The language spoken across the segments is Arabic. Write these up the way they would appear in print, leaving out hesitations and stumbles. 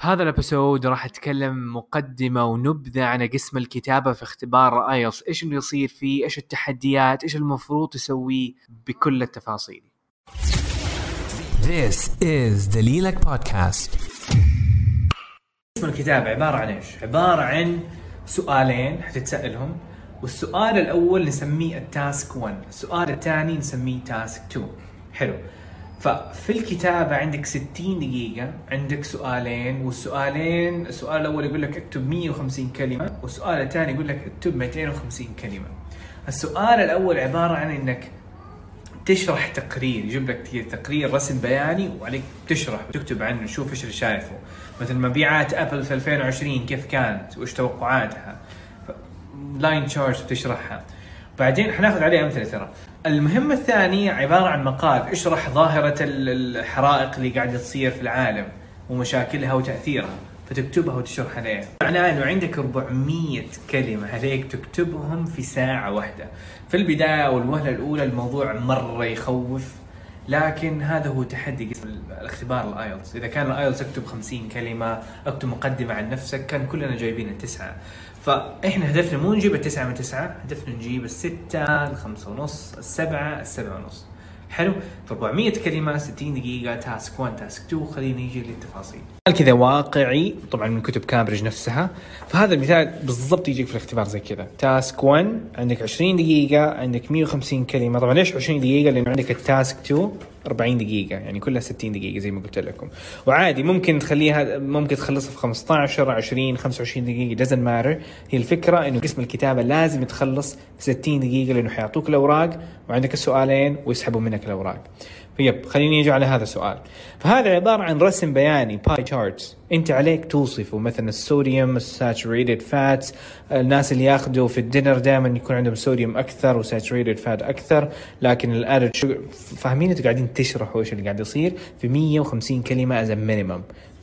في هذا الابيسود راح اتكلم مقدمة ونبذة عن قسم الكتابة في اختبار ايلتس، ايش اللي يصير فيه، ايش التحديات، ايش المفروض تسويه بكل التفاصيل. This is دليلك بودكاست. قسم الكتابة عبارة عن ايش؟ عبارة عن سؤالين حتتسألهم، والسؤال الاول نسميه التاسك 1، السؤال الثاني نسميه تاسك 2. حلو. ففي الكتابة عندك 60 دقيقة، عندك سؤالين، والسؤالين السؤال الأول يقول لك اكتب 150 كلمة، والسؤال الثاني يقول لك اكتب 250 كلمة. السؤال الأول عبارة عن إنك تشرح تقرير، يجيب لك تقرير رسم بياني وعليك تشرح وتكتب عنه، شوف ايش اللي شايفه، مثل مبيعات أبل في 2020 كيف كانت وايش توقعاتها، لاين تشارت بتشرحها. بعدين حناخذ عليه أمثلة ترى. المهمة الثانية عبارة عن مقال، اشرح ظاهرة الحرائق اللي قاعدة تصير في العالم ومشاكلها وتأثيرها، فتكتبها وتشرح عليها. معناه انه عندك 400 كلمة عليك تكتبهم في ساعة واحدة. في البداية والوهلة الأولى الموضوع مرة يخوف، لكن هذا هو تحدي قسم الاختبار الايلتس. اذا كان الايلتس اكتب 50 كلمة، اكتب مقدمة عن نفسك، كان كلنا جايبين التسعة. فاحنا هدفنا مو نجيب التسعة من 9، هدفنا نجيب 6، 5.5، 7، 7.5. حلو. ف 400 كلمة، 60 دقيقة، تاسك 1 تاسك 2. خلينا نيجي للتفاصيل. كذا واقعي طبعا من كتب كامبريدج نفسها. فهذا المثال بالضبط يجيك في الاختبار زي كذا. تاسك 1 عندك 20 دقيقة، عندك 150 كلمة. طبعا ليش 20 دقيقة؟ لأنه عندك التاسك 2 40 دقيقة، يعني كلها 60 دقيقة زي ما قلت لكم. وعادي ممكن تخليها، ممكن تخلصها في 15، 20، 25 دقيقة، doesn't matter. هي الفكرة إنه قسم الكتابة لازم يتخلص في 60 دقيقة، لأنه حيعطوك الأوراق وعندك السؤالين ويسحبوا منك الأوراق. فيب، خليني نيجي على هذا السؤال. فهذا عبارة عن رسم بياني، باي تشارتس. انت عليك توصفه مثلا الصوديوم، الساتوريتد فاتس. الناس اللي ياخذوا في الدينر دائما يكون عندهم صوديوم اكثر وساتوريتد فات اكثر، لكن الادد شوجر، فاهمين انتوا قاعدين تشرحوا ايش اللي قاعد يصير في 150 كلمة از مينيمم.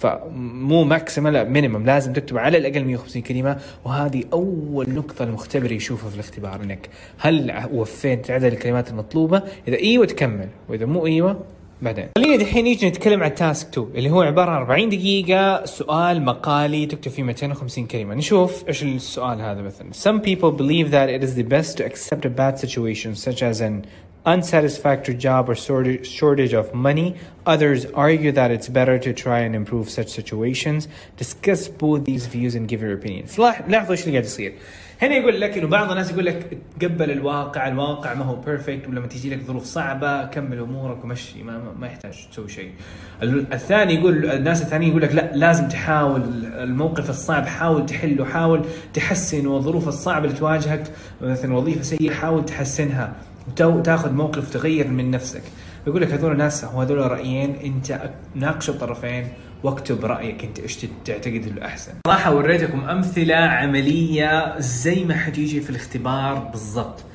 فمو ماكسيمم، لا مينيمم، لازم تكتب على الاقل 150 كلمة. وهذه اول نقطة المختبر يشوفها في الاختبار، انك هل وفيت عدد الكلمات المطلوبة. اذا ايوه تكمل، واذا مو ايوه بعدين. خلينا دحين نيجي نتكلم عن تاسك 2 اللي هو عبارة عن 40 دقيقة، سؤال مقالي تكتب فيه 250 كلمة. نشوف ايش السؤال هذا. مثلا Some people believe that it is the best to accept a bad situation such as an unsatisfactory job or shortage of money. Others argue that it's better to try and improve such situations. Discuss both these views and give your opinions. لاحظوا ايش اللي قاعد يصير هنا. يقول لك انه بعض الناس يقول لك تقبل الواقع ما هو بيرفكت، ولما تيجي لك ظروف صعبة كمل امورك ومشي، ما يحتاج تسوي شيء. الثاني يقول، الناس الثانيين يقول لك لا، لازم تحاول الموقف الصعب حاول تحله، حاول تحسن، والظروف الصعبة اللي تواجهك مثلا وظيفة سيئة حاول تحسنها وتاخذ موقف تغير من نفسك. يقول لك هذول ناس وهذول رأيين، انت ناقش الطرفين واكتب رأيك انت ايش تعتقد الأحسن. صراحة وريتكم أمثلة عملية زي ما حتيجي في الاختبار بالضبط.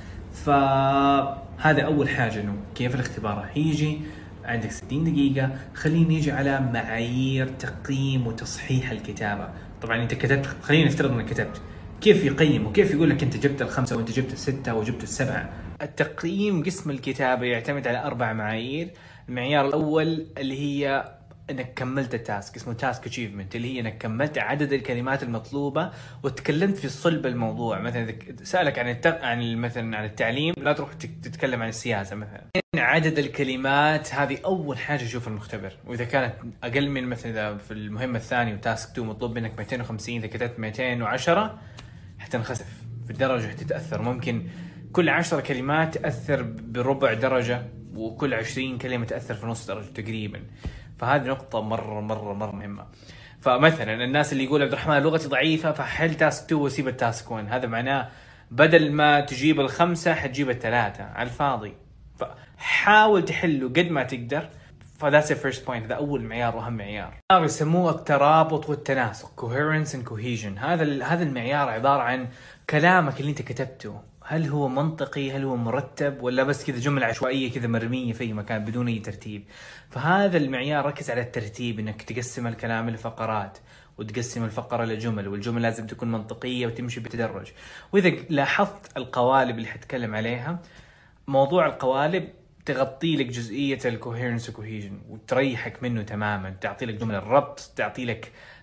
فهذا أول حاجة، إنه كيف الاختبار هيجي. عندك 60 دقيقة. خلينا نيجي على معايير تقييم وتصحيح الكتابة. طبعا انت كتبت، خلينا نفترض انك كتبت، كيف يقيم وكيف يقول لك انت جبت 5 وانت جبت 6 وجبت 7. التقييم قسم الكتابة يعتمد على 4 معايير. المعيار الأول اللي هي انك كملت التاسك، اسمه تاسك اتشيفمنت، اللي هي انك كملت عدد الكلمات المطلوبة وتكلمت في صلب الموضوع. مثلا سألك عن مثلا عن التعليم، لا تروح تتكلم عن السياسة مثلا. عدد الكلمات هذه اول حاجة يشوف المختبر. واذا كانت اقل من مثلا في المهمة الثانية وتاسك 2 مطلوب منك 250، اذا كتبت 210 حتنخسف في الدرجة، حتتأثر. ممكن كل 10 كلمات تأثر بربع درجة، وكل 20 كلمة تأثر في نص درجة تقريبا. فهذه نقطة مرة مرة مرة مهمة. فمثلا الناس اللي يقول عبد الرحمن لغتي ضعيفة فحل تاسك 2 وسيب التاسك 1، هذا معناه بدل ما تجيب 5 حتجيب 3 على الفاضي. فحاول تحله قد ما تقدر. فذاتس الفيرست بوينت، هذا أول معيار وأهم معيار. يسموه الترابط والتناسق، coherence and cohesion. هذا المعيار عبارة عن كلامك اللي أنت كتبته، هل هو منطقي، هل هو مرتب، ولا بس كذا جملة عشوائية كذا مرمية في مكان بدون أي ترتيب. فهذا المعيار ركز على الترتيب، إنك تقسم الكلام لفقرات وتقسم الفقرة لجمل، والجمل لازم تكون منطقية وتمشي بتدرج. وإذا لاحظت القوالب اللي حتكلم عليها، موضوع القوالب تغطي لك جزئية الكوهيرنس وكوهيجن وتريحك منه تماما، تعطي لك جمل الربط، تعطي لك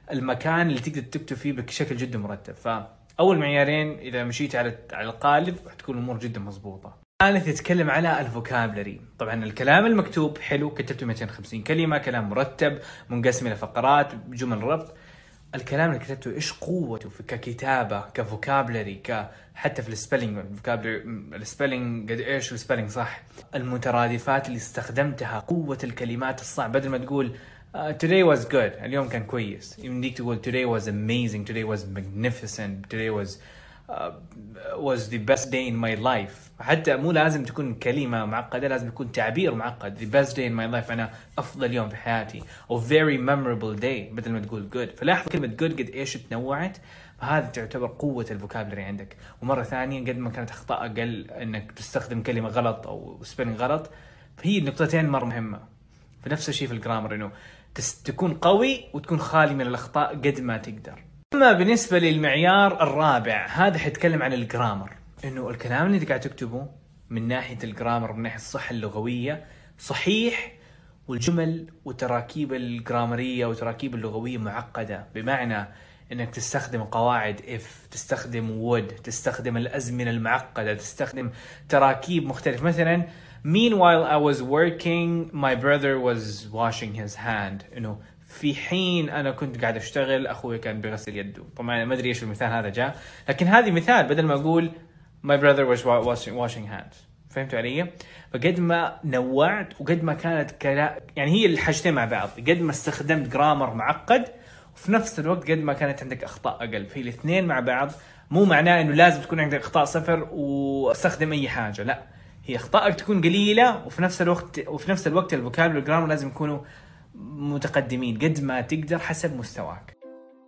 المكان اللي تقدر تكتب فيه بشكل جدا مرتب. فأول معيارين إذا مشيت على القالب حتكون الأمور جدا مضبوطة. الثالث يتكلم على الفوكابلري. طبعا الكلام المكتوب حلو، كتبته 250 كلمة، كلام مرتب منقسم إلى فقرات جمل ربط. الكلام اللي كتبته إيش قوته ككتابة كفوكابلري حتى في السبيلينج، السبيلينج قد إيش السبيلينج صح، المترادفات اللي استخدمتها، قوة الكلمات الصعبة. بدل ما تقول today was good اليوم كان كويس، يمديك تقول today was amazing, today was magnificent, today was the best day in my life. حتى مو لازم تكون كلمة معقدة، لازم يكون تعبير معقد. the best day in my life أنا أفضل يوم في حياتي، أو very memorable day بدل ما تقول good. فلاحظ كلمة good قد إيش تنوعت، فهذا تعتبر قوة الفوكابلري عندك. ومرة ثانية قد ما كانت أخطاء أقل إنك تستخدم كلمة غلط أو سبيلنج غلط، فهي النقطتين مرة مهمة. فنفس الشيء في الجرامر، إنه تكون قوي وتكون خالي من الأخطاء قد ما تقدر. أما بالنسبة للمعيار الرابع، هذا حيتكلم عن الجرامر، إنه الكلام اللي قاعد تكتبه من ناحية الجرامر من ناحية الصحة اللغوية صحيح، والجمل والتراكيب الجرامرية والتراكيب اللغوية معقدة، بمعنى إنك تستخدم قواعد if، تستخدم would، تستخدم الأزمنة المعقدة، تستخدم تراكيب مختلفة. مثلا meanwhile I was working my brother was washing his hand، إنه في حين أنا كنت قاعد أشتغل أخوي كان بيغسل يده. طبعا ما أدري إيش المثال هذا جاء، لكن هذه مثال بدل ما أقول my brother was washing hands. فهمتوا علي؟ فقد ما نوعت وقد ما كانت يعني هي الحاجتين مع بعض، قد ما استخدمت جرامر معقد وفي نفس الوقت قد ما كانت عندك أخطاء أقل. في الاثنين مع بعض مو معناه إنه لازم تكون عندك أخطاء صفر واستخدم أي حاجة، لا، هي أخطائك تكون قليلة وفي نفس الوقت الفوكابلري والجرامر لازم يكونوا متقدمين قد ما تقدر حسب مستواك.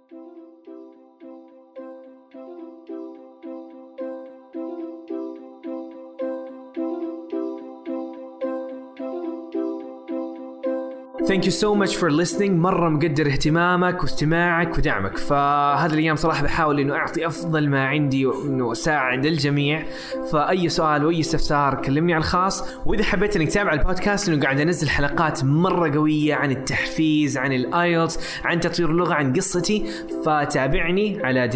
Thank you so much for listening. مرة مقدر اهتمامك واستماعك ودعمك. فهذه الأيام صراحة بحاول إنه أعطي أفضل ما عندي وإنه أساعد الجميع. فأي سؤال وأي استفسار كلمني على الخاص. وإذا حبيت إنك تتابع البودكاست إنه قاعد أنزل حلقات مرة قوية عن التحفيز، عن الآيلتس، عن تطوير اللغة، عن قصتي، فتابعني على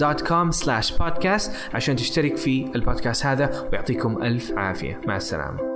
dalilakforielts.com/podcast عشان تشترك في البودكاست هذا. ويعطيكم ألف عافية. مع السلامة.